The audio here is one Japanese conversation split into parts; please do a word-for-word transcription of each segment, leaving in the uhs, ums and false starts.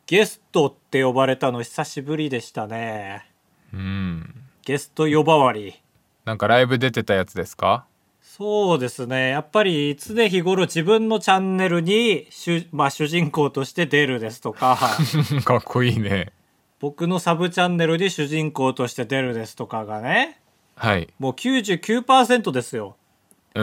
ゲストって呼ばれたの久しぶりでしたね。 うん。 ゲスト呼ばわり。 なんかライブ出てたやつですか？ そうですね。やっぱり常日頃自分のチャンネルに主、まあ、主人公として出るですとかかっこいいね。 僕のサブチャンネルに主人公として出るですとかがね、 はい。 もう きゅうじゅうきゅうパーセント ですよ。 うん。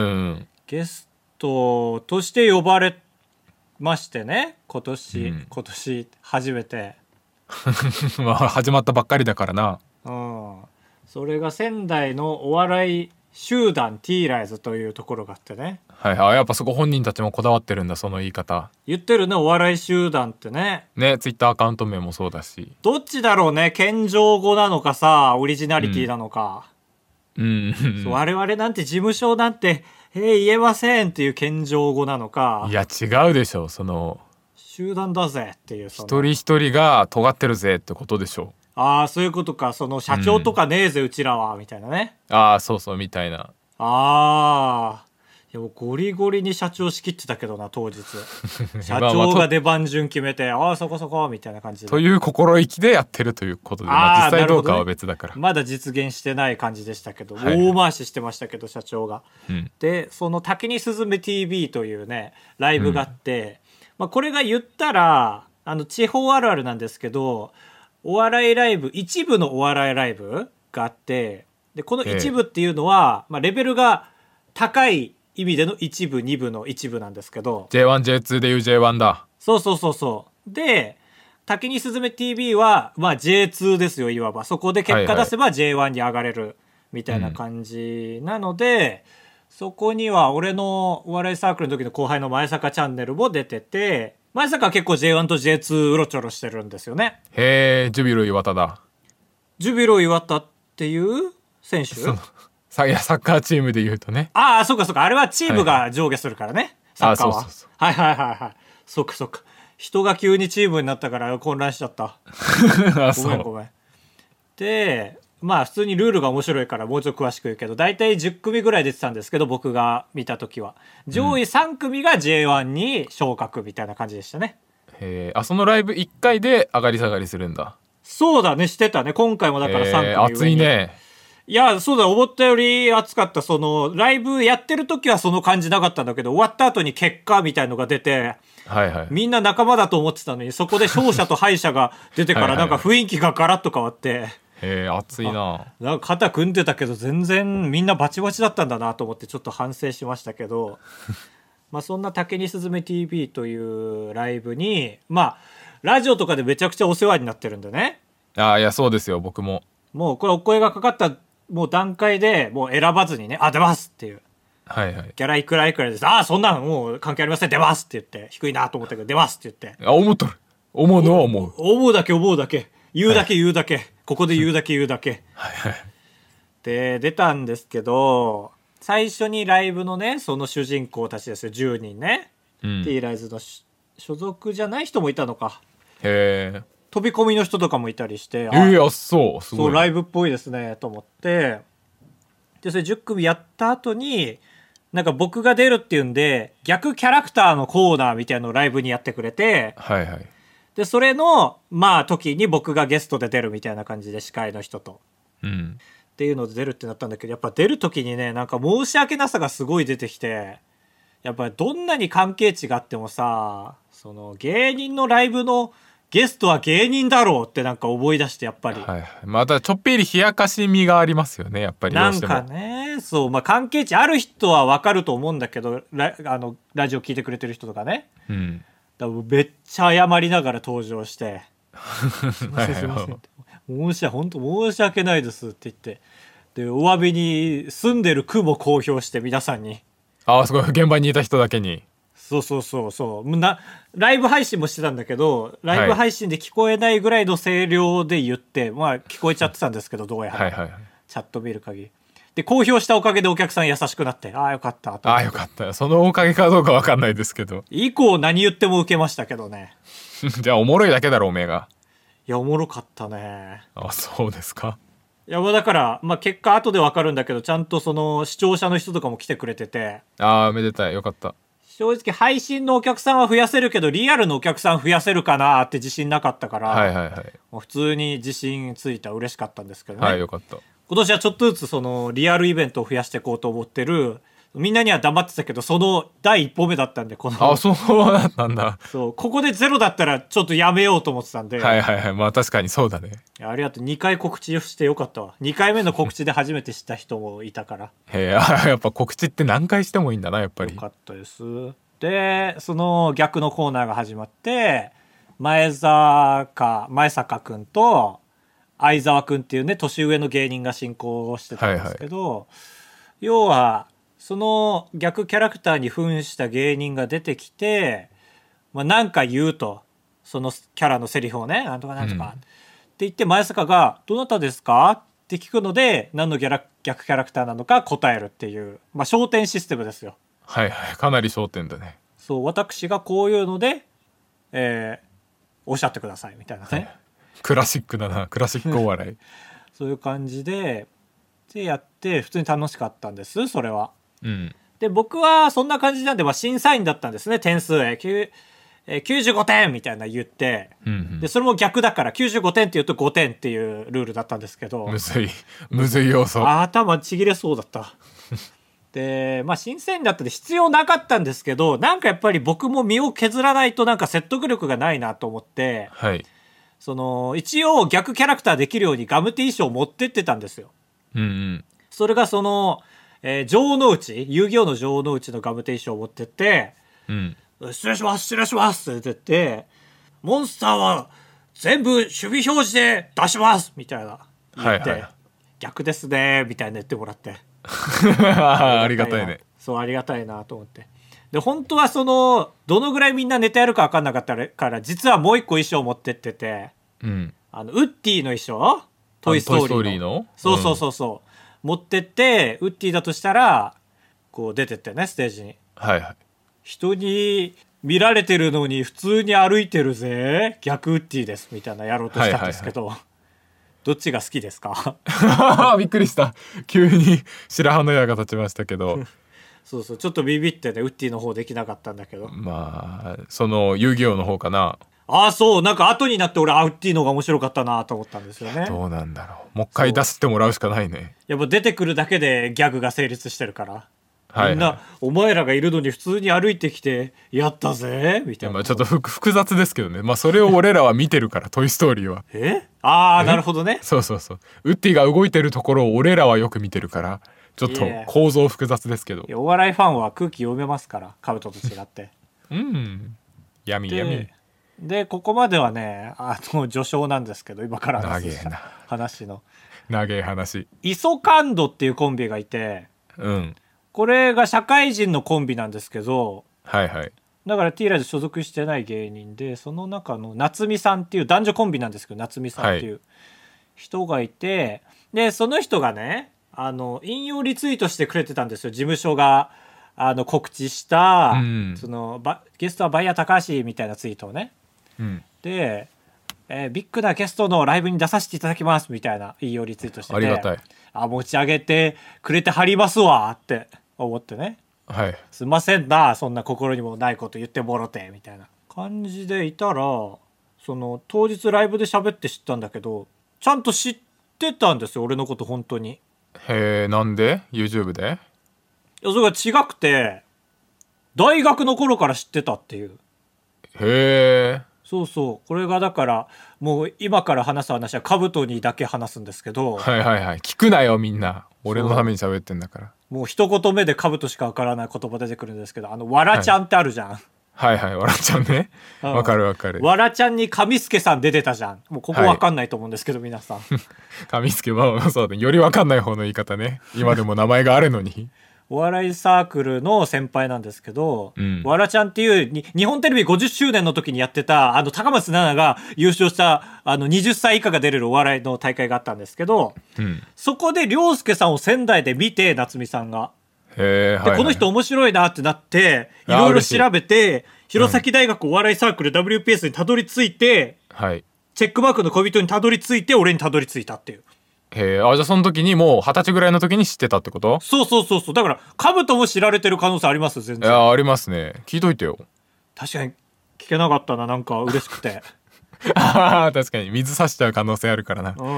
ゲストとして呼ばれましてね、今年、 うん今年初めて。 まあ始まったばっかりだからな。 うん。それが仙台のお笑い集団 T ライズというところがあってね。 はいはい。やっぱそこ本人たちもこだわってるんだ、その言い方。 言ってるね、お笑い集団ってね。 ね、ツイッターアカウント名もそうだし。 どっちだろうね、謙譲語なのかさ、オリジナリティなのか。 うん。 そう我々なんて事務所なんて、えー、言えませんっていう謙譲語なのか。 いや違うでしょ。その集団だぜっていう。その一人一人が尖ってるぜってことでしょ。 ああ、そういうことか。その社長とかねえぜ、うちらは、みたいなね。 ああそうそうみたいな。 ああ。いやもうゴリゴリに社長仕切ってたけどな、当日。社まあまあと長が出番順決めて、ああ、そこそこ、みたいな感じで。 という心意気でやってるということで、まあ、 あー実際どうかはなるほどね別だから。 まだ実現してない感じでしたけど、 はいはい大回ししてましたけど、社長が。 うんで、その滝にすずめ ティーブイ というね、ライブがあって、まあ、これが言ったら、あの、地方あるあるなんですけど、お笑いライブ、一部のお笑いライブがあって、で、この一部っていうのは、まあ、レベルが高い意味での一部、二部の一部なんですけど、 ジェイワン、ジェイツー でいう ジェイワン だ。 そうそうそうそう。で、滝にすずめ ティーブイ は、まあ ジェイツー ですよ、いわば。そこで結果出せば ジェイワン に上がれる、みたいな感じなので、そこには俺のお笑いサークルの時の後輩の前坂チャンネルも出てて、前坂は結構 ジェイワン と ジェイツー うろちょろしてるんですよね。 へえ、ジュビロ磐田だ。 ジュビロ磐田っていう選手さいやサッカーチームでいうとね。 ああ、そうかそうか。あれはチームが上下するからね。サッカーは。 あそうそうそうはいはいはいはい。そっかそっか。人が急にチームになったから混乱しちゃった。 あごそうめんごめん。で、まあ普通にルールが面白いからもうちょっと詳しく言うけど、大体じゅっくみぐらい出てたんですけど、僕が見た時は。上位さん組が ジェイワン に昇格みたいな感じでしたね。 へえ、あそのライブいっかいで上がり下がりするんだ。 そうだね、してたね。今回もだからさん組上へえ、 に。 熱いね。 いや、そうだ、思ったより熱かった。その、ライブやってる時はその感じなかったんだけど、終わった後に結果みたいのが出て、 はいはい。 みんな仲間だと思ってたのに、そこで勝者と敗者が出てかはいはいらなんか雰囲気がガラッと変わって、 へえ、熱いな。 なんか肩組んでたけど全然みんなバチバチだったんだなと思ってちょっと反省しましたけど、まあそんな竹にすずめ ティーブイ というライブに、まあ、ラジオとかでめちゃくちゃお世話になってるんでね。 あいやそうですよ、僕も。 もうこれお声がかかったもう段階でもう選ばずにね、あ、出ますっていう。 はいはい。 ギャラいくらいくらです。ああ、そんなのもう関係ありません。出ますって言って。低いなと思ったけど、出ますって言って。 あ、思っとる。思うのは思う。 思うだけ思うだけ。言うだけ言うだけ。ここで言うだけ言うだけ。 はいはい。 で、出たんですけど、最初にライブのね、その主人公たちですよ、じゅうにんね。 うん、 T ライズの所属じゃない人もいたのか。 へえ。 飛び込みの人とかもいたりして。 えー、あそうすごい。 そうライブっぽいですねと思ってでそれじゅっ組やった後になんか僕が出るっていうんで逆キャラクターのコーナーみたいなのをライブにやってくれてはいはい。 でそれのまあ時に僕がゲストで出るみたいな感じで司会の人とうんっていうので出るってなったんだけどやっぱ出る時にねなんか申し訳なさがすごい出てきてやっぱりどんなに関係値があってもさその芸人のライブのゲストは芸人だろうってなんか思い出してやっぱり、 はいはい、またちょっぴり冷やかしみがありますよねやっぱりどうしても。 なんかねそうまあ関係値ある人は分かると思うんだけどラあのラジオ聞いてくれてる人とかねうんだからめっちゃ謝りながら登場して「すいませんすいません」申し訳本当申し訳ないです」って言ってでお詫びに住んでる区も公表して皆さんにああすごい現場にいた人だけに。 そうそうそうそうなライブ配信もしてたんだけどライブ配信で聞こえないぐらいの声量で言って、はい、まあ聞こえちゃってたんですけどどうやら、 はいはいはい、 チャット見る限りで公表したおかげでお客さん優しくなってああよかったとああよかったそのおかげかどうか分かんないですけど以降何言っても受けましたけどねじゃあおもろいだけだろおめえが。 いやおもろかったね。 あそうですか。 いやだから、まあ、結果後で分かるんだけどちゃんとその視聴者の人とかも来てくれててああめでたいよかった。 視正直配信のお客さんは増やせるけどリアルのお客さん増やせるかなって自信なかったから、 はいはいはい。 もう普通に自信ついた嬉しかったんですけどね、 はい、よかった。 今年はちょっとずつそのリアルイベントを増やしていこうと思ってる。みんなには黙ってたけどその第一歩目だったんで、このあ、そうだったんだ。 そうここでゼロだったらちょっとやめようと思ってたんで、 はいはいはい。まあ確かにそうだね。 ありがとう。にかい告知してよかったわ。にかいめの告知で初めて知った人もいたからへえ、あやっぱ告知って何回してもいいんだな、やっぱり。 よかったです。でその逆のコーナーが始まって、前坂前坂くんと相沢くんっていうね年上の芸人が進行をしてたんですけど、はいはい、要はその逆キャラクターに扮した芸人が出てきて、まあ、なんか言うと、そのキャラのセリフをね、なんとかなんとか、うん、って言って前坂がどなたですかって聞くので、何のギャラ逆キャラクターなのか答えるっていう、まあ、焦点システムですよ。 はいはい、かなり焦点だね。 そう、私がこういうので、えー、おっしゃってくださいみたいなね、はい、 クラシックだな、クラシックお笑いそういう感じででやって普通に楽しかったんです、それは。 うん、 で僕はそんな感じなんで、まあ、審査員だったんですね。点数えー、きゅうじゅうごてんみたいな言って、 うんうん、 でそれも逆だからきゅうじゅうごてんって言うとごてんっていうルールだったんですけど、 むずいむずい要素、 頭ちぎれそうだったでまあ審査員だったんで必要なかったんですけど、なんかやっぱり僕も身を削らないとなんか説得力がないなと思って、 はい、 その一応逆キャラクターできるようにガムティー賞を持ってってたんですよ。 うんうん、 それがそのえー、城之内遊戯王の城之内のガムテーションを持ってって、 うん、 失礼します失礼しますって言ってモンスターは全部守備表示で出しますみたいな言って、はいはい、逆ですねみたいな言ってもらってありがたいね。 そうありがたいなと思って、で本当はそのどのぐらいみんなネタやるか分かんなかったから実はもう一個衣装持ってってて、 うん、 あのウッディの衣装トイ・ストーリー の, のそうそうそうそう、うん、持ってってウッディだとしたらこう出てってねステージに、 はいはい、 人に見られてるのに普通に歩いてるぜ逆ウッディですみたいなやろうとしたんですけど、はいはいはい、どっちが好きですかびっくりした、急に白羽の矢が立ちましたけどそうそうちょっとビビってねウッディの方できなかったんだけど、 まあその遊戯王の方かな。 ああそう、なんか後になって俺アウッディの方が面白かったなと思ったんですよね。 どうなんだろう、もう一回出してもらうしかないね。 やっぱ出てくるだけでギャグが成立してるから、 はいはい、 みんなお前らがいるのに普通に歩いてきてやったぜみたいな。 いやまあちょっと複雑ですけどね、まあそれを俺らは見てるからトイストーリーはえああなるほどね。 そうそうそう、ウッディが動いてるところを俺らはよく見てるからちょっと構造複雑ですけど、 いやお笑いファンは空気読めますからカブトと違ってうんやみやみでここまではねあの序章なんですけど、今から話す話の長い話、 イソカンドっていうコンビがいて、 うん、 これが社会人のコンビなんですけど、 はいはい、 だから T ラジ所属してない芸人で、その中の夏美さんっていう男女コンビなんですけど、夏美さんっていう人がいて、はい、でその人がねあの引用リツイートしてくれてたんですよ。事務所があの告知した、うん、そのゲストはバイヤー高橋みたいなツイートをね、 うん、 で、えー、ビッグなゲストのライブに出させていただきますみたいな引用リツイートしてて、 ありがたい、 あ持ち上げてくれてはりますわって思ってね、 はい、 すいませんなそんな心にもないこと言ってもろてみたいな感じでいたら、その当日ライブで喋って知ったんだけど、ちゃんと知ってたんですよ俺のこと本当に。 へえ、なんで YouTube で？ いやそれが違くて大学の頃から知ってたっていう。 へえ、 そうそう、これがだからもう今から話す話はカブトにだけ話すんですけど、 はいはいはい、聞くなよみんな、俺のために喋ってんだから。 もう一言目でカブトしかわからない言葉出てくるんですけど、あのわらちゃんってあるじゃん、はいはいはい、わらちゃんね、わかるわかる。 わらちゃんに上助さん出てたじゃん。もうここわかんないと思うんですけど、はい、皆さん上助はそうだ、ね、よりわかんない方の言い方ね、今でも名前があるのにお笑いサークルの先輩なんですけど、 うん、 わらちゃんっていうに日本テレビごじゅっしゅうねんの時にやってたあの高松菜奈が優勝したあのはたち以下が出れるお笑いの大会があったんですけど、 うん、 そこで涼介さんを仙台で見て夏美さんがへー、 で、 はいはい、 この人面白いなってなっていろいろ調べて弘前大学お笑いサークル ダブリューピーエス にたどり着いて、 はい、 チェックマークの小人にたどり着いて俺にたどり着いたっていう。 へえ。あ、じゃあその時にもう二十歳ぐらいの時に知ってたってこと？ そうそうそうそう。だからカブトも知られてる可能性あります全然。 いやありますね。聞いといてよ。 確かに聞けなかったな、なんか嬉しくて。 ああ確かに水差しちゃう可能性あるからな。 うん。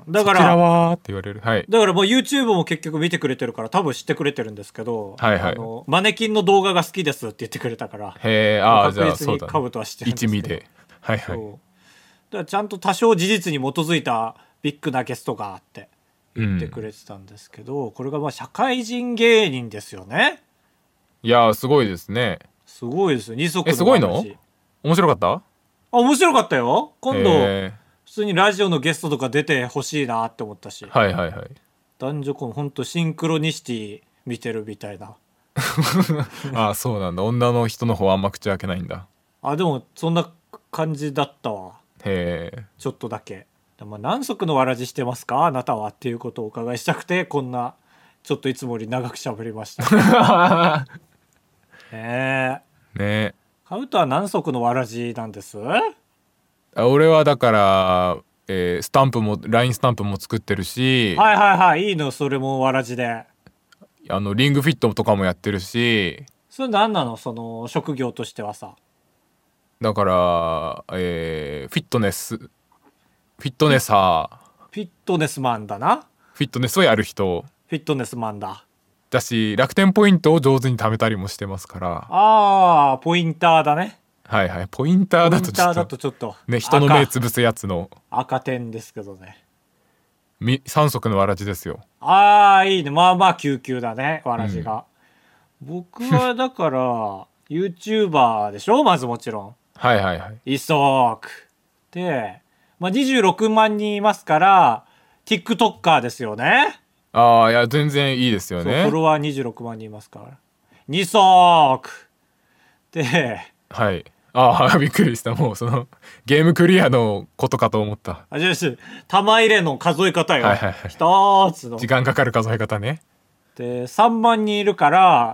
だかそちららはって言われる。はい。 だからもう YouTube も結局見てくれてるから多分知ってくれてるんですけど、 はいはいあのマネキンの動画が好きですって言ってくれたから、 へえ。ああじゃあ確実にそうだね。 カブトは知ってるんですけど。 一味で。はいはい。 そうだからちゃんと多少事実に基づいたビッグなゲストがあって言ってくれてたんですけど、うん、これがまあ社会人芸人ですよね。 いやーすごいですね。 すごいですよ。二足のわらじ。 えすごいの？面白かった？ あ、面白かったよ。今度へー普通にラジオのゲストとか出てほしいなって思ったし、 はいはいはい。 男女コンほんとシンクロニシティ見てるみたいな。 ああそうなんだ。女の人の方はあんま口開けないんだ。 あ、でもそんな感じだったわ。 へえ。 ちょっとだけ。まあ、何足のわらじしてますかあなたはっていうことをお伺いしたくて、こんなちょっといつもより長く喋りました。ねえ。 ねえ。 カブトは何足のわらじなんです？ あ俺はだから、えースタンプも ライン スタンプも作ってるし、 はいはいはい、いいのそれもわらじで。 あのリングフィットとかもやってるし、 それ何なのその職業としてはさ。 だから、えーフィットネスフィットネサーフィットネスマンだな。 フィットネスをやる人フィットネスマンだ。 だし、楽天ポイントを上手に貯めたりもしてますから。 ああ、ポインターだね。 はいはい。ポインターだとちょっとポインターだとちょっとね、人の目潰すやつの赤点ですけどね。 み三足のわらじですよ。 ああ、いいね。まあまあ救急だね、わらじが。うん、僕はだから、YouTuber でしょまずもちろん。 はいはいはい。 イソーク。で、まあ、にじゅうろくまん人いますから、TikToker ですよね。 ああ、いや、全然いいですよね。 フォロワーにじゅうろくまん人いますから。にソーク。で、 はい。ああ、びっくりした。もうその、ゲームクリアのことかと思った。 あ、じゃあ、玉入れの数え方よ。 はいはいはい。 一つの。 時間かかる数え方ね。 で、さんまん人いるから、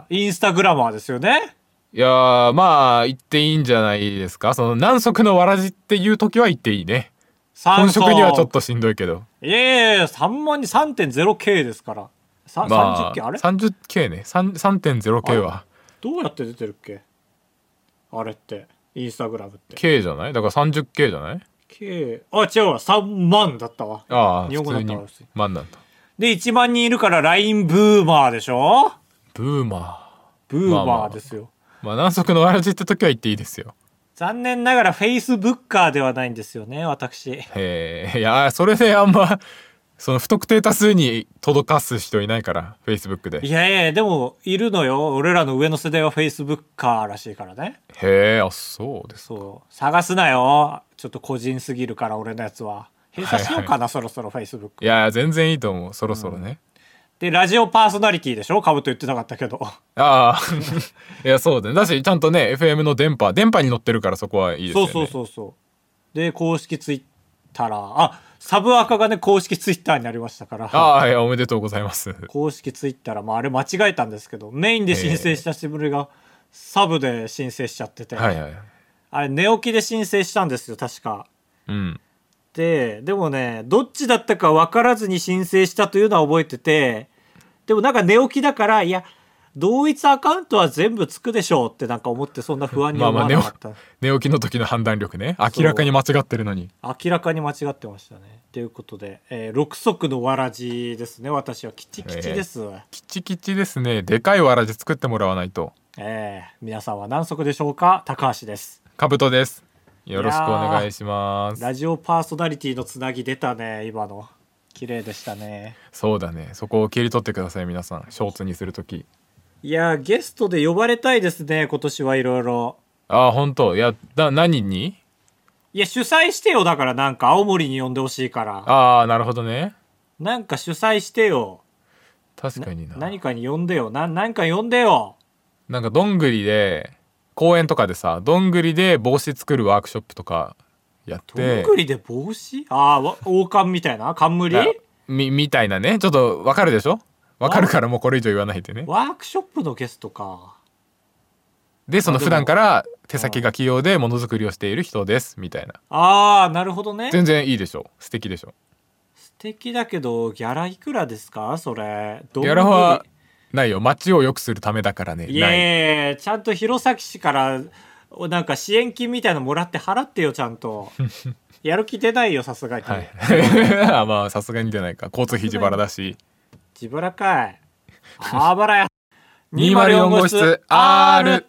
インスタグラマーですよね。 いやー、まあ、言っていいんじゃないですか。その、何足のわらじっていう時は言っていいね。本職にはちょっとしんどいけど。 いやいや、さんまんに さんてんゼロケー ですから。さまあ、 さんじゅっケー あれさんじゅっケー ね。さん さんてんゼロケー は。 どうやって出てるっけあれって。インスタグラムって。 K じゃない？だから さんじゅっケー じゃない？ K。あ、違うわ。さんまんだったわ。 ああ、 日本語だ普通にったわ。 万なんだ。 で、いちまん人いるから ライン ブーマーでしょ。 ブーマブーマーですよ。 ー。まあ、何足のわらじって時は言っていいですよ。 残念ながら Facebooker ではないんですよね、私。 へえ、いや、それであんま、その不特定多数に届かす人いないから、Facebook で。 いやいや、でも、いるのよ。俺らの上の世代は Facebooker らしいからね。 へえ、あ、そうです。 そう。探すなよ。ちょっと個人すぎるから、俺のやつは。閉鎖しようかな、はいはい、そろそろ Facebook。 いや、全然いいと思う。そろそろね。うんで、ラジオパーソナリティでしょカブト言ってなかったけど。 ああ。いや、そうだね。だし、ちゃんとね、エフエム の電波、電波に乗ってるからそこはいいですよね。 そうそうそうそう。で、公式ツイッター、あ、サブアカがね、公式ツイッターになりましたから。 ああ、いや、おめでとうございます。 公式ツイッター、まあ、あれ間違えたんですけど、メインで申請したしぶりが、サブで申請しちゃってて。 はいはい。 あれ、寝起きで申請したんですよ、確か。 うん。 で、でもね、どっちだったか分からずに申請したというのは覚えてて、でもなんか寝起きだから、いや、同一アカウントは全部つくでしょうってなんか思ってそんな不安に思わなかった。まあまあ寝, 寝起きの時の判断力ね。明らかに間違ってるのに。 明らかに間違ってましたね。ということで、えー、ろく足のわらじですね。私はキチキチです、えー。 キチキチですね。でかいわらじ作ってもらわないと。 えー、皆さんは何足でしょうか？高橋です。 カブトです。よろしくお願いします。 ラジオパーソナリティのつなぎ出たね、今の。綺麗でしたね。 そうだね。そこを切り取ってください皆さん。ショーツにするとき。 いやゲストで呼ばれたいですね今年はいろいろ。 ああ本当。いやだ何に？ いや主催してよ。だからなんか青森に呼んでほしいから。 ああなるほどね。 なんか主催してよ。 確かにな。 な何かに呼んでよ。な何か呼んでよ。 なんかどんぐりで公園とかでさ、どんぐりで帽子作るワークショップとかやって。 どんぐりで帽子？ああ王冠みたいな冠みみたいなね。ちょっとわかるでしょ？わかるからもうこれ以上言わないでね。 ワークショップのゲストか。 でその普段から手先が器用でものづくりをしている人ですみたいな。 ああなるほどね。 全然いいでしょ。素敵でしょ。 素敵だけどギャラいくらですかそれ。ギャラはないよ。街を良くするためだからね。 いえちゃんと弘前市からなんか支援金みたいなのもらって払ってよちゃんと。やる気出ないよさすがに。はい、 まあさすがに出ないか。交通費自腹だし。 自腹かい。あばらや。 にひゃくよん号室 R。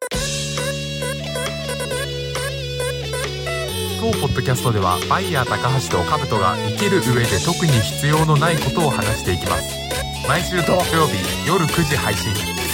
当ポッドキャストではバイヤー高橋とカブトが生きる上で特に必要のないことを話していきます。毎週土曜日夜くじ配信。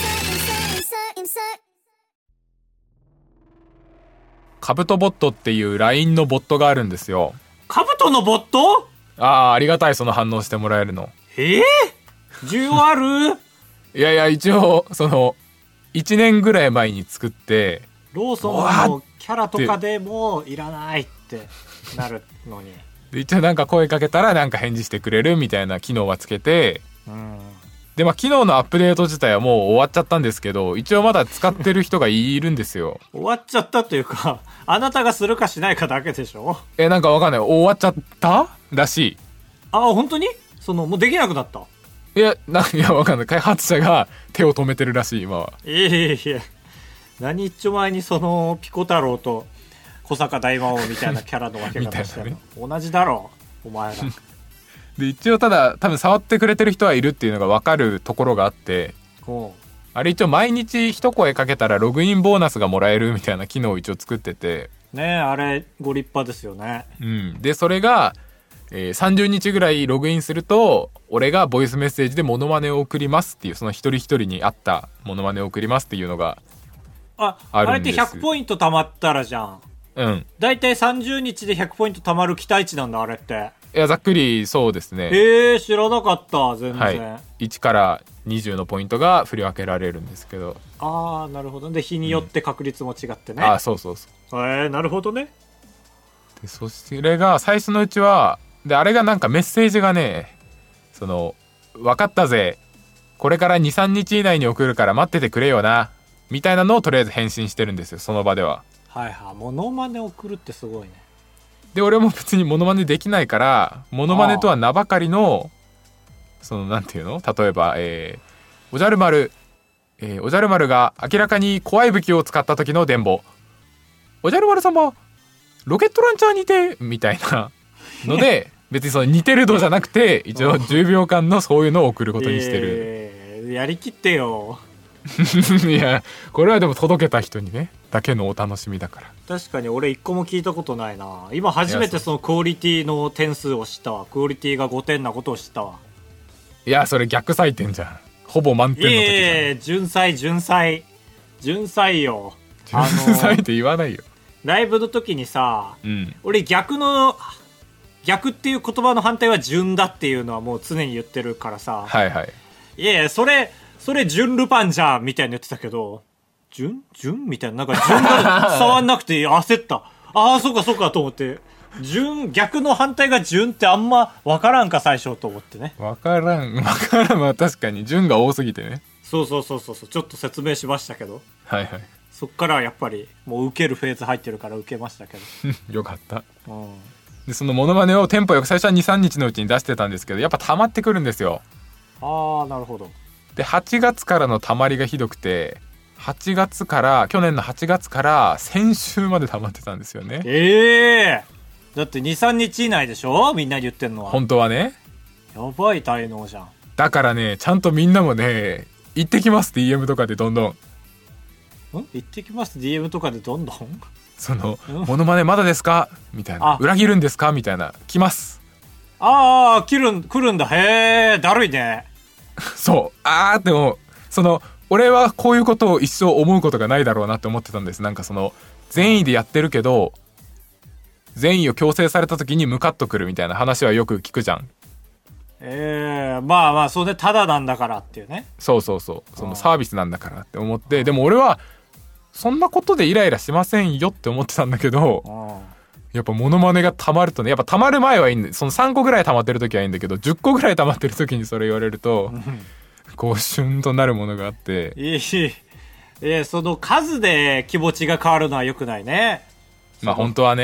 カブトボットっていう ライン のボットがあるんですよ。 カブトのボット？ ああ、ありがたい、その反応してもらえるの。 ええー、需要ある？ いやいや、一応そのいちねんぐらい前に作って、 ローソンのキャラとかでもいらないってなるのにで一応なんか声かけたらなんか返事してくれるみたいな機能はつけて、うん、でまあ機能のアップデート自体はもう終わっちゃったんですけど、一応まだ使ってる人がいるんですよ。 終わっちゃったというか、あなたがするかしないかだけでしょ。 えなんかわかんない、終わっちゃったらしい。 あ本当に？そのもうできなくなった？ いやないやわかんない、開発者が手を止めてるらしい今は。 いえいえいえ、何一丁前にそのピコ太郎と小坂大魔王みたいなキャラの分け方してるの、ね、同じだろお前らで一応ただ多分触ってくれてる人はいるっていうのが分かるところがあって、あれ一応毎日一声かけたらログインボーナスがもらえるみたいな機能を一応作っててね。えあれご立派ですよね。 うんでそれが、えー、さんじゅうにちぐらいログインすると俺がボイスメッセージでモノマネを送りますっていう、その一人一人に合ったモノマネを送りますっていうのがああるんです。あれってひゃくポイント貯まったらじゃん。 うん。 だいたいさんじゅうにちでひゃくポイント貯まる期待値なんだあれって。 いやざっくりそうですね。 えー、知らなかった全然、 はい、いちからにじゅうのポイントが振り分けられるんですけど。 ああなるほど。で日によって確率も違ってね、 うん、あそうそうそう。 えー、なるほどね。 でそれが最初のうちはであれがなんかメッセージがね、その分かったぜこれから にさんにち以内に送るから待っててくれよなみたいなのをとりあえず返信してるんですよその場では。 はいはい、モノマネ送るってすごいね。 で俺も別にモノマネできないからモノマネとは名ばかりのそのなんていうの、例えば、えー、おじゃる丸、えー、おじゃる丸が明らかに怖い武器を使った時の電ボ、おじゃる丸様ロケットランチャーにてみたいなので別にその似てる度じゃなくて一応じゅうびょうかんのそういうのを送ることにしてる、 えー、やりきってよいやこれはでも届けた人にねだけのお楽しみだから。 確かに俺一個も聞いたことないな。今初めてそのクオリティの点数を知ったわ。クオリティがごてんなことを知ったわ。 いやそれ逆採点じゃん。ほぼ満点の時じゃん。いえ純才純才純才よ。 純才って言わないよ。 ライブの時にさ、 うん、 俺逆の逆っていう言葉の反対は純だっていうのはもう常に言ってるからさ。 はいはい。 いやいやそれそれ純ルパンじゃんみたいに言ってたけど、純純みたいな、なんか純が伝わんなくて焦った。ああそうかそうかと思って、純逆の反対が純ってあんま分からんか最初と思ってね。 分からん分からん。まあ確かに純が多すぎてね。 そうそうそうそう、ちょっと説明しましたけど、 はいはい。 そっからやっぱりもう受けるフェーズ入ってるから受けましたけどよかった、 うん、 でそのモノマネをテンポよく最初は にさんにちのうちに出してたんですけどやっぱ溜まってくるんですよ。 ああなるほど。 ではちがつからの溜まりがひどくて、はちがつから去年のはちがつから先週まで溜まってたんですよね。 ええー、だって にさんにち以内でしょみんなに言ってんのは。 本当はね。 やばい滞納じゃん。 だからねちゃんとみんなもね行ってきます ディーエム とかでどんどんん行ってきます ディーエム とかでどんどんそのモノマネまだですかみたいな、裏切るんですかみたいな来ます。 ああ来る来るんだ。へえだるいねそうあーでもその俺はこういうことを一生思うことがないだろうなって思ってたんです。なんかその善意でやってるけど善意を強制された時にムカッとくるみたいな話はよく聞くじゃん。 ええー、まあまあそれでタダなんだからっていうね。 そうそうそうそのサービスなんだからって思って、でも俺はそんなことでイライラしませんよって思ってたんだけど、やっぱモノマネが溜まるとね、やっぱ溜まる前はいいんで、そのさんこぐらい溜まってる時はいいんだけどじゅっこぐらい溜まってる時にそれ言われるとこうシュンとなるものがあって、 いいえー、その数で気持ちが変わるのは良くないね。 まあ本当はね。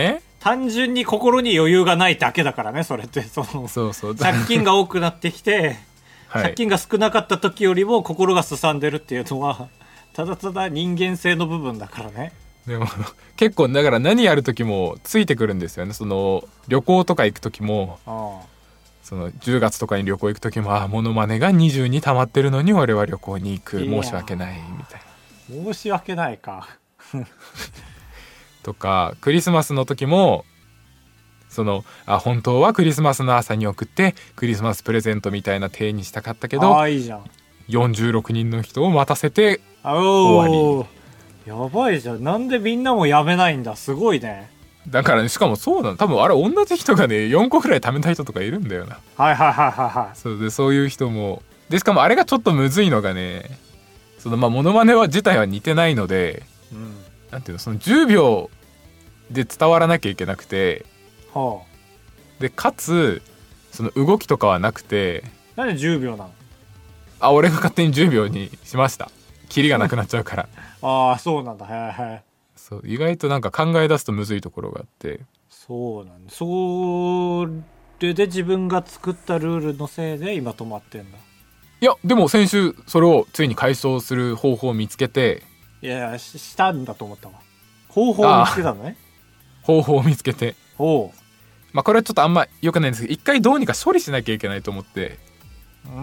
単純に心に余裕がないだけだからね、それって。そのそうそう借金が多くなってきて、 はい、 借金が少なかった時よりも心がすさんでるっていうのはただただ人間性の部分だからね。 でも結構だから何やる時もついてくるんですよね。その旅行とか行く時も、 ああそのじゅうがつとかに旅行行く時も、あモノマネがにじゅうに溜まってるのに俺は旅行に行く、申し訳ないみたいな。申し訳ないかとか、クリスマスの時もそのあ本当はクリスマスの朝に送ってクリスマスプレゼントみたいな体にしたかったけど、 あいいじゃん、 よんじゅうろくにんの人を待たせて終わり。 やばいじゃん。なんでみんなもやめないんだ。すごいね。 だからね、しかもそうなの、多分あれ同じ人がねよんこくらい貯めた人とかいるんだよな。 はいはいはいはいはい。 そうで、そういう人もで、しかもあれがちょっとむずいのがね、そのまあモノマネは自体は似てないので、 うん、 なんていうの、そのじゅうびょうで伝わらなきゃいけなくて、 はあ、でかつその動きとかはなくて。 なんでじゅうびょうなの？ あ、俺が勝手にじゅうびょうにしました。キリがなくなっちゃうからああそうなんだ。はいはい。 そう、意外となんか考え出すとむずいところがあって。 そうなんだ。それで自分が作ったルールのせいで今止まってんだ。 いやでも先週それをついに解消する方法を見つけて。 いや し, したんだと思ったわ。方法を見つけたのね。 方法を見つけて、 おう、 まあこれはちょっとあんま良くないんですけど、一回どうにか処理しなきゃいけないと思って、 うん、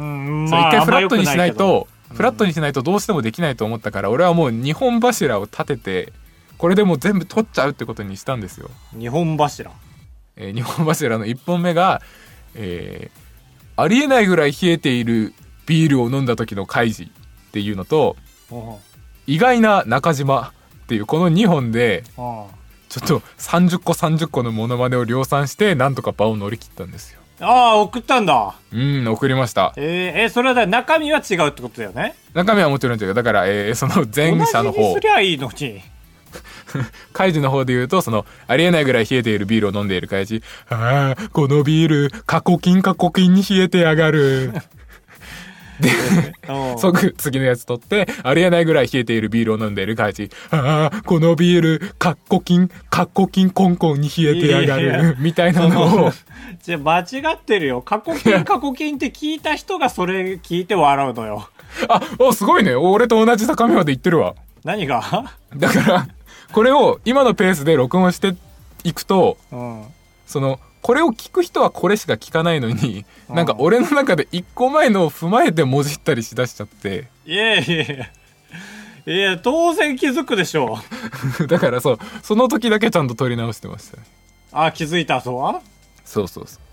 そう、 まあ、 一回フラットにしないと、 うん、 フラットにしないとどうしてもできないと思ったから、俺はもうにほん柱を立ててこれでもう全部取っちゃうってことにしたんですよ。 にほん柱、 えー、にほん柱のいっぽんめが、えー、ありえないぐらい冷えているビールを飲んだ時のカイジっていうのと、意外な中島っていうこのにほんでちょっとさんじゅっこさんじゅっこのモノマネを量産してなんとか場を乗り切ったんですよ。 ああ送ったんだ。 うん送りました。 えー、えー、それはだ中身は違うってことだよね。 中身はもちろん違う。だから、えー、その前者の方、同じにすりゃいいのにカイジの方で言うと、そのありえないぐらい冷えているビールを飲んでいるカイジ、ああこのビール過去金過去金に冷えてやがるで即次のやつ取って、ありえないぐらい冷えているビールを飲んでいるカイジ、ああこのビール過去金過去金コンコンに冷えてやがる、いやいやみたいなのをじゃ間違ってるよ。過去金過去金って聞いた人がそれ聞いて笑うのよ。 あおすごいね、俺と同じ高みまで言ってるわ。 何がだからこれを今のペースで録音していくと、うん、そのこれを聞く人はこれしか聞かないのに、うん、なんか俺の中でいっこまえのを踏まえてもじったりしだしちゃって。 いやいやいやいや当然気づくでしょうだからそうその時だけちゃんと撮り直してましたね。 あ気づいた後はそうそうそう。